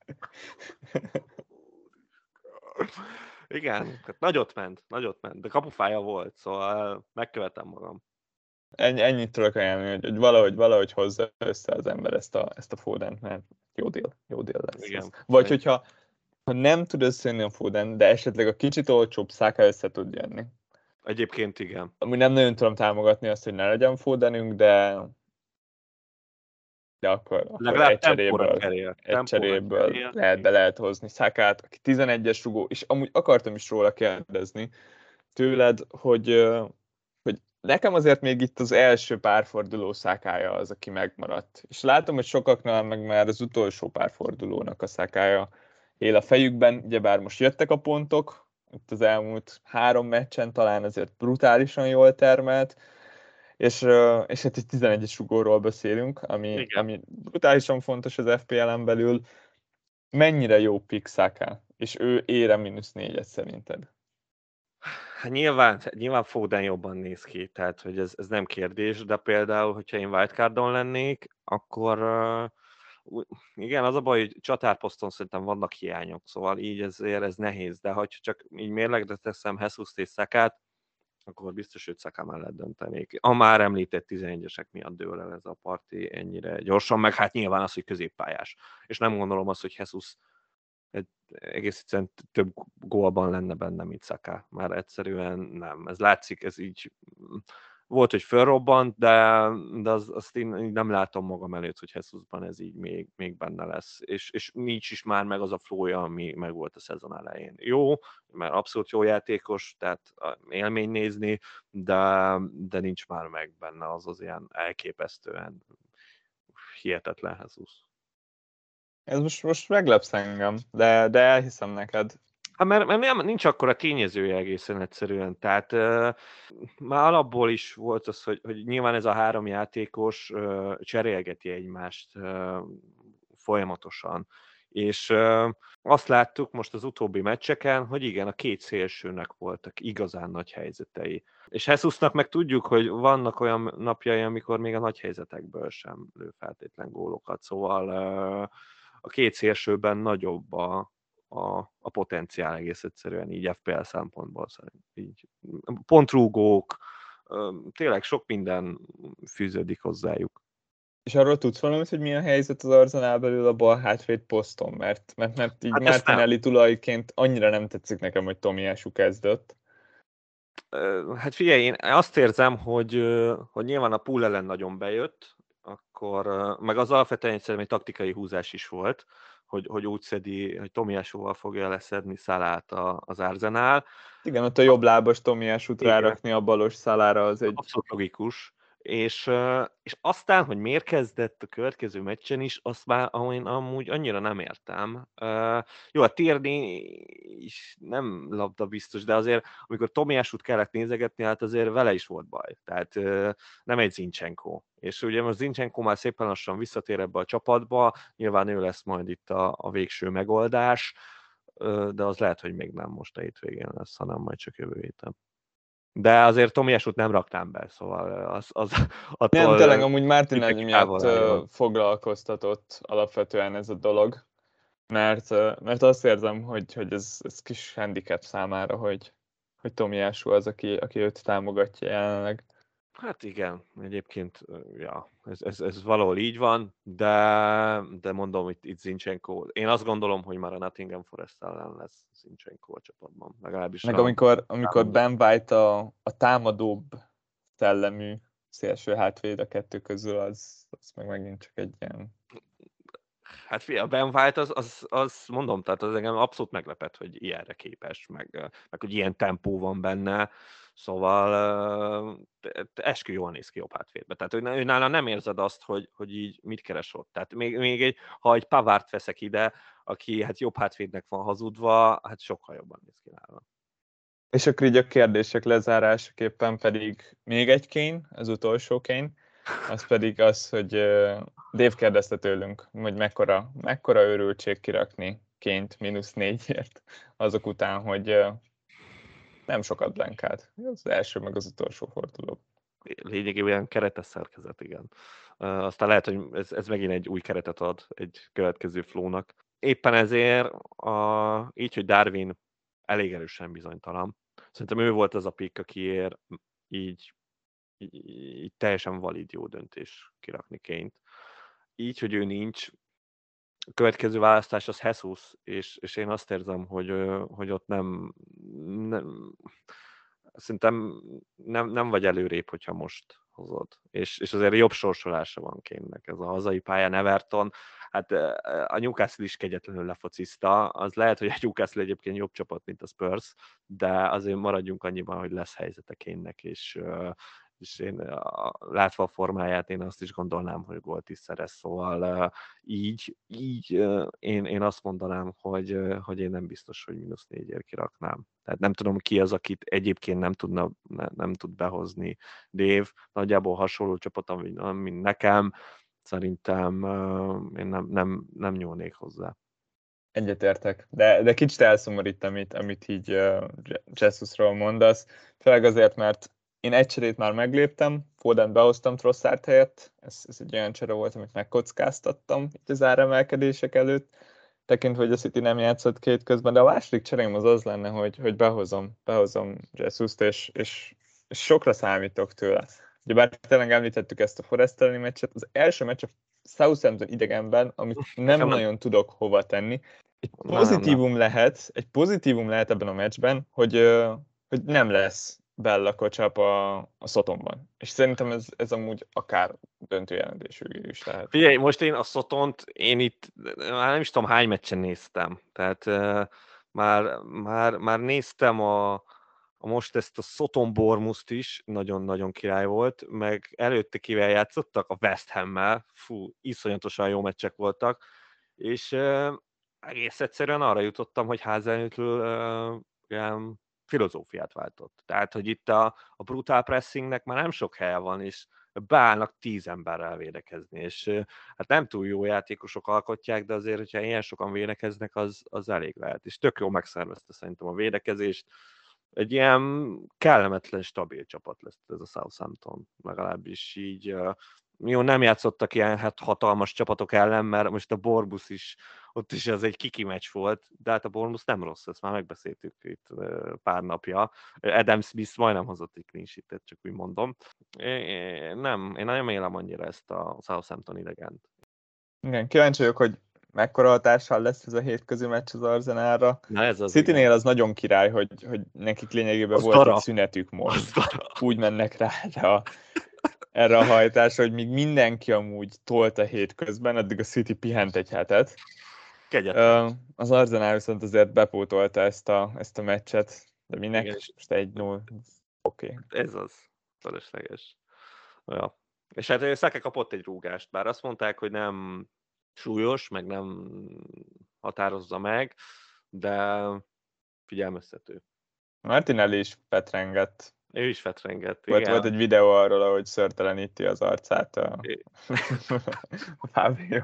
Igen, hát nagyot ment, de kapufája volt, szóval megkövetem magam. Ennyit tudok ajánlani, hogy valahogy hozza össze az ember ezt a Fodent, mert jó deal lesz. Igen. Vagy hogyha nem tud összejönni a Foden, de esetleg a kicsit olcsóbb Saka össze tud jönni. Egyébként igen. Amúgy nem nagyon tudom támogatni azt, hogy ne legyen Fodenünk, de akkor egy cseréből lehet hozni Sakát, aki 11-es rugó, és amúgy akartam is róla kérdezni tőled, hogy nekem azért még itt az első párforduló Sakája az, aki megmaradt. És látom, hogy sokaknál meg már az utolsó párfordulónak a Sakája él a fejükben, ugyebár most jöttek a pontok, itt az elmúlt 3 meccsen talán azért brutálisan jól termelt, és hát egy 11-es rugóról beszélünk, ami brutálisan fontos az FPL-en belül. Mennyire jó pick Saka, és ő ére -4-et szerinted? Hát nyilván Foden jobban néz ki, tehát hogy ez nem kérdés, de például, hogyha én wildcardon lennék, akkor igen, az a baj, hogy csatárposzton szerintem vannak hiányok, szóval így ez nehéz, de ha csak így mérlegre teszem Jesus-t és Sakát, akkor biztos, hogy Saka mellett döntenék. A már említett 11-esek miatt dől el ez a parti ennyire gyorsan, meg hát nyilván az, hogy középpályás. És nem gondolom azt, hogy Jesus egész egyszerűen több gólban lenne benne, mint Saka. Már egyszerűen nem. Ez látszik, ez így volt, hogy fölrobbant, de azt én nem látom magam előtt, hogy Jesusban ez így még benne lesz. És nincs is már meg az a flója, ami meg volt a szezon elején. Jó, mert abszolút jó játékos, tehát élmény nézni, de nincs már meg benne az ilyen elképesztően hihetetlen Jesus. Ez most meglepsz engem, de elhiszem neked. Hát mert nincs akkora tényezője egészen egyszerűen, tehát már alapból is volt az, hogy nyilván ez a 3 játékos cserélgeti egymást folyamatosan, és azt láttuk most az utóbbi meccseken, hogy igen, a 2 szélsőnek voltak igazán nagy helyzetei. És Jesusnak meg tudjuk, hogy vannak olyan napjai, amikor még a nagy helyzetekből sem lő feltétlen gólokat, szóval a 2 szélsőben nagyobb a potenciál egész egyszerűen így FPL szempontból szerint. Így pontrúgók, tényleg sok minden fűződik hozzájuk. És arról tudsz valamit, hogy mi a helyzet az Arsenal belül a bal hátvéd poszton? Mert így hát Martinelli tulajként annyira nem tetszik nekem, hogy Tomiyasu kezdett. Hát figyelj, én azt érzem, hogy nyilván a pool ellen nagyon bejött, akkor meg az alapvetően egyszerűen egy taktikai húzás is volt, hogy úgy szedi, hogy Tomiyasuval fogja leszedni Salát az Arsenal. Igen, ott a jobb lábas Tomiyasut rárakni a balos Salára, az egy... Abszolút logikus. És aztán, hogy miért kezdett a következő meccsen is, azt már én amúgy annyira nem értem. Jó, a Tierney is nem labda biztos, de azért, amikor Tomiyasut kellett nézegetni, hát azért vele is volt baj. Tehát nem egy Zinchenko. És ugye most Zinchenko már szépen lassan visszatér ebbe a csapatba, nyilván ő lesz majd itt a végső megoldás, de az lehet, hogy még nem most a hétvégén lesz, hanem majd csak jövő héten. De azért Tomiyasut nem raktám be, szóval az attól... Nem, tényleg amúgy Martinelli miatt foglalkoztatott alapvetően ez a dolog, mert azt érzem, hogy ez kis handicap számára, hogy Tomiyasu az, aki őt támogatja jelenleg. Hát igen, egyébként, ja, ez valahol így van, de mondom, itt Zinchenko. Én azt gondolom, hogy már a Nottingham Forest ellen lesz Zinchenko a csapatban. Legalábbis meg amikor Ben White a támadóbb szellemű szélső hátvéd a kettő közül, az meg megint csak egy ilyen... Hát figyelj, a Ben White az mondom, tehát az engem abszolút meglepett, hogy ilyenre képes, meg hogy ilyen tempó van benne, szóval eskü jól néz ki jobb hátvédbe. Tehát ő nála nem érzed azt, hogy így mit keres ott. Tehát még ha egy Pavárt veszek ide, aki hát jobb hátvédnek van hazudva, hát sokkal jobban néz ki nála. És akkor így a kérdések lezárásaképpen pedig még egy Kane, az utolsó Kane, az pedig az, hogy Dave kérdezte tőlünk, hogy mekkora őrültség kirakni Kane-t -4-ért, azok után, hogy nem sokat blankált. Az első meg az utolsó forduló. Lényegében olyan keretes szerkezet, igen. Aztán lehet, hogy ez megint egy új keretet ad egy következő flownak. Éppen ezért így, hogy Darwin elég erősen bizonytalan. Szerintem ő volt az a pick, akiért így teljesen valid jó döntés kirakni Kane-t. Így, hogy ő nincs, a következő választás az Jesus, és én azt érzem, hogy ott nem szerintem nem vagy előrébb, hogyha most hozod. És azért jobb sorsolása van Kane-nek. Ez a hazai pályán Everton, hát a Newcastle is kegyetlenül lefociszta, az lehet, hogy a Newcastle egyébként jobb csapat, mint a Spurs, de azért maradjunk annyiban, hogy lesz helyzete Kane-nek, és én látva a formáját, én azt is gondolnám, hogy gólt is szerez, szóval így én azt mondanám, hogy én nem biztos, hogy -4-ért kiraknám. Tehát nem tudom ki az, akit egyébként nem tud behozni Dave. Nagyjából hasonló csapat, mint nekem. Szerintem én nem nyúlnék hozzá. Egyetértek, de kicsit elszomorít, amit így Jesusról mondasz, főleg azért, mert én egy cserét már megléptem, Foden behoztam Trossard helyett, ez egy olyan csere volt, amit megkockáztattam itt az áremelkedések előtt, tekintve, hogy a City nem játszott két közben, de a második cserém az lenne, hogy behozom Jesus-t, és sokra számítok tőle. Ugyebár tényleg említettük ezt a Forest elleni meccset, az első meccs a Southampton idegenben, amit nem nagyon tudok hova tenni. Egy pozitívum lehet ebben a meccsben, hogy nem lesz Bella Kocsap a Sotonban. És szerintem ez amúgy akár döntő jelentésű is lehet. Figyelj, most én a Sotont, én itt már nem is tudom hány meccsen néztem. Tehát már néztem most ezt a Soton Bournemouth is, nagyon-nagyon király volt, meg előtte kivel játszottak? A West Hammel. Fú, iszonyatosan jó meccsek voltak, és egész egyszerűen arra jutottam, hogy házelnőtől ilyen filozófiát váltott. Tehát, hogy itt a brutál pressingnek már nem sok helye van, és beállnak 10 emberrel védekezni, és hát nem túl jó játékosok alkotják, de azért, hogyha ilyen sokan védekeznek, az elég lehet. És tök jó megszervezte szerintem a védekezést. Egy ilyen kellemetlen, stabil csapat lesz ez a Southampton, legalábbis így. Jó, nem játszottak ilyen hatalmas csapatok ellen, mert most a Bournemouth is, ott is ez egy kiki meccs volt, de hát a Bournemouth nem rossz, ezt már megbeszéltük itt pár napja. Adam Smith majdnem hozott egy clean sheet-et, csak úgy mondom. Én nem élem annyira ezt a Southampton idegent. Igen, kíváncsi vagyok, hogy mekkora hatással lesz ez a hétközi meccs az Arsenalra. Citynél az nagyon király, hogy nekik lényegében az volt egy szünetük most. Úgy mennek rá erre a hajtásra, hogy míg mindenki amúgy tolt a hétközben, addig a City pihent egy hetet. Az Arsenal viszont azért bepótolta ezt a meccset, de minek? Igen, most 1-0. Oké. Ez az felesleges. Ja. És hát Saka kapott egy rúgást, bár azt mondták, hogy nem súlyos, meg nem határozza meg, de figyelmeztető. Martinelli is fetrengett. Ő is fetrengett, igen. Volt egy videó arról, ahogy szörteleníti az arcát a Fábio.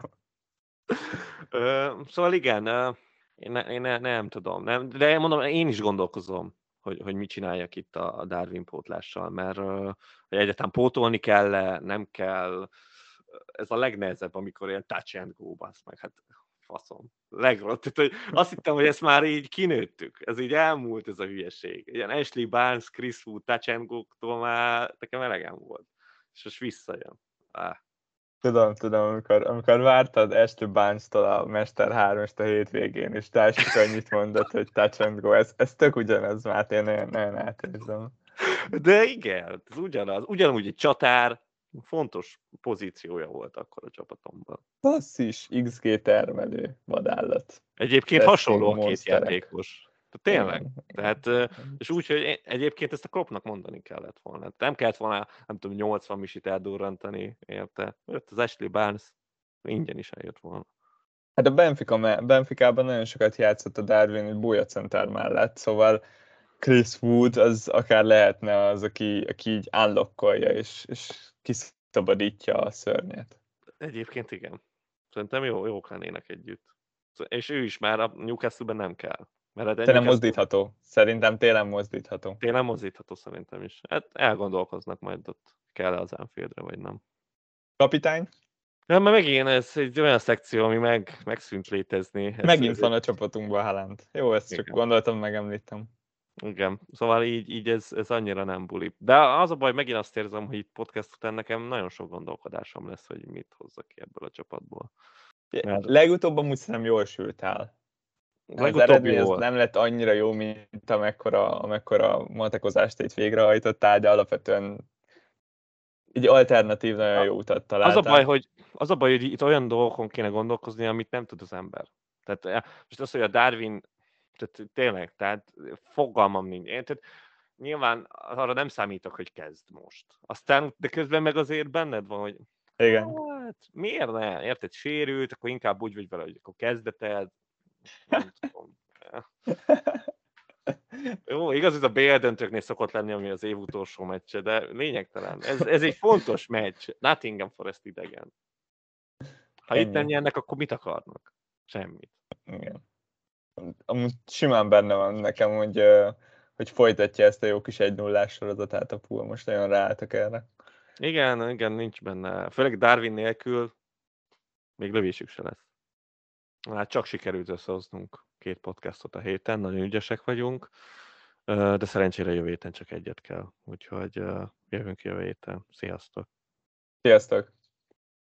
Szóval igen, én nem tudom, de mondom, én is gondolkozom, hogy mit csináljak itt a Darwin pótlással, mert hogy egyáltalán pótolni kell, nem kell. Ez a legnehezebb, amikor ilyen touch and go, basz meg, hát faszom. Legrott. Tehát, hogy azt hittem, hogy ezt már így kinőttük. Ez így elmúlt, ez a hülyeség. Ilyen Ashley Barnes, Chris Wood, touch and go-tól már nekem elegem volt. És most visszajön. Tudom, amikor vártad Ashley Barnes-tól a Mester 3-est a hétvégén, és társuk annyit mondott, hogy touch and go, ez tök ugyanaz, Máté, nagyon átérzem. De igen, ez ugyanúgy egy csatár, fontos pozíciója volt akkor a csapatomban. Basszis, XG termelő vadállat. Egyébként hasonló a két játékos. Tényleg. Tehát, és úgy, hogy egyébként ezt a Kloppnak mondani kellett volna. Nem kellett volna, nem tudom, 80 misit eldurrantani, érte? Jött az Ashley Barnes, ingyen is eljött volna. Hát a Benficában nagyon sokat játszott a Darwin egy bolyacenter mellett, szóval Chris Wood az akár lehetne az, aki így unlockolja és kiszabadítja a szörnyet. Egyébként igen. Szerintem jók lennének együtt. és ő is már a Newcastle-ben nem kell. Mert Te nem mozdítható. Szerintem télen mozdítható. Télen mozdítható szerintem is. Hát elgondolkoznak majd ott, kell-e az Anfieldre, vagy nem. Kapitány? Nem, mert megint ez egy olyan szekció, ami megszűnt létezni. Megint van a csapatunkban Haaland. Jó, ezt igen. csak gondoltam, megemlítem. Igen, szóval így ez annyira nem buli. De az a baj, megint azt érzem, hogy itt podcast után nekem nagyon sok gondolkodásom lesz, hogy mit hozzak ki ebből a csapatból. Mert legutóbb amúgy szerintem jól sült el. Az eredmény az nem lett annyira jó, mint amekkora matekozást itt végrehajtottál, de alapvetően egy alternatív, nagyon jó utat találtál. Az a baj, hogy itt olyan dolgokon kéne gondolkozni, amit nem tud az ember. Tehát most az, hogy a Darwin, tehát tényleg, tehát fogalmam nincs. Tehát nyilván arra nem számítok, hogy kezd most. Aztán, de közben meg azért benned van, hogy igen. Hát, miért ne? Érted, sérült, akkor inkább úgy vagy vele, hogy akkor kezdeted. Nem tudom. Jó, igaz, ez a BL döntőknél szokott lenni, ami az év utolsó meccse, de lényegtelen. Ez egy fontos meccs. Nottingham Forest idegen. Ha ennyi. Itt nem nyernek, akkor mit akarnak? Semmit. Igen. Amúgy simán benne van nekem, hogy folytatja ezt a jó kis 1-0-ás sorozatát a Pool. Most nagyon ráálltak erre. Igen, nincs benne. Főleg Darwin nélkül még lövésük se lesz. Hát csak sikerült összehoznunk 2 podcastot a héten, nagyon ügyesek vagyunk, de szerencsére jövő héten csak egyet kell. Úgyhogy jövünk jövő héten. Sziasztok! Sziasztok!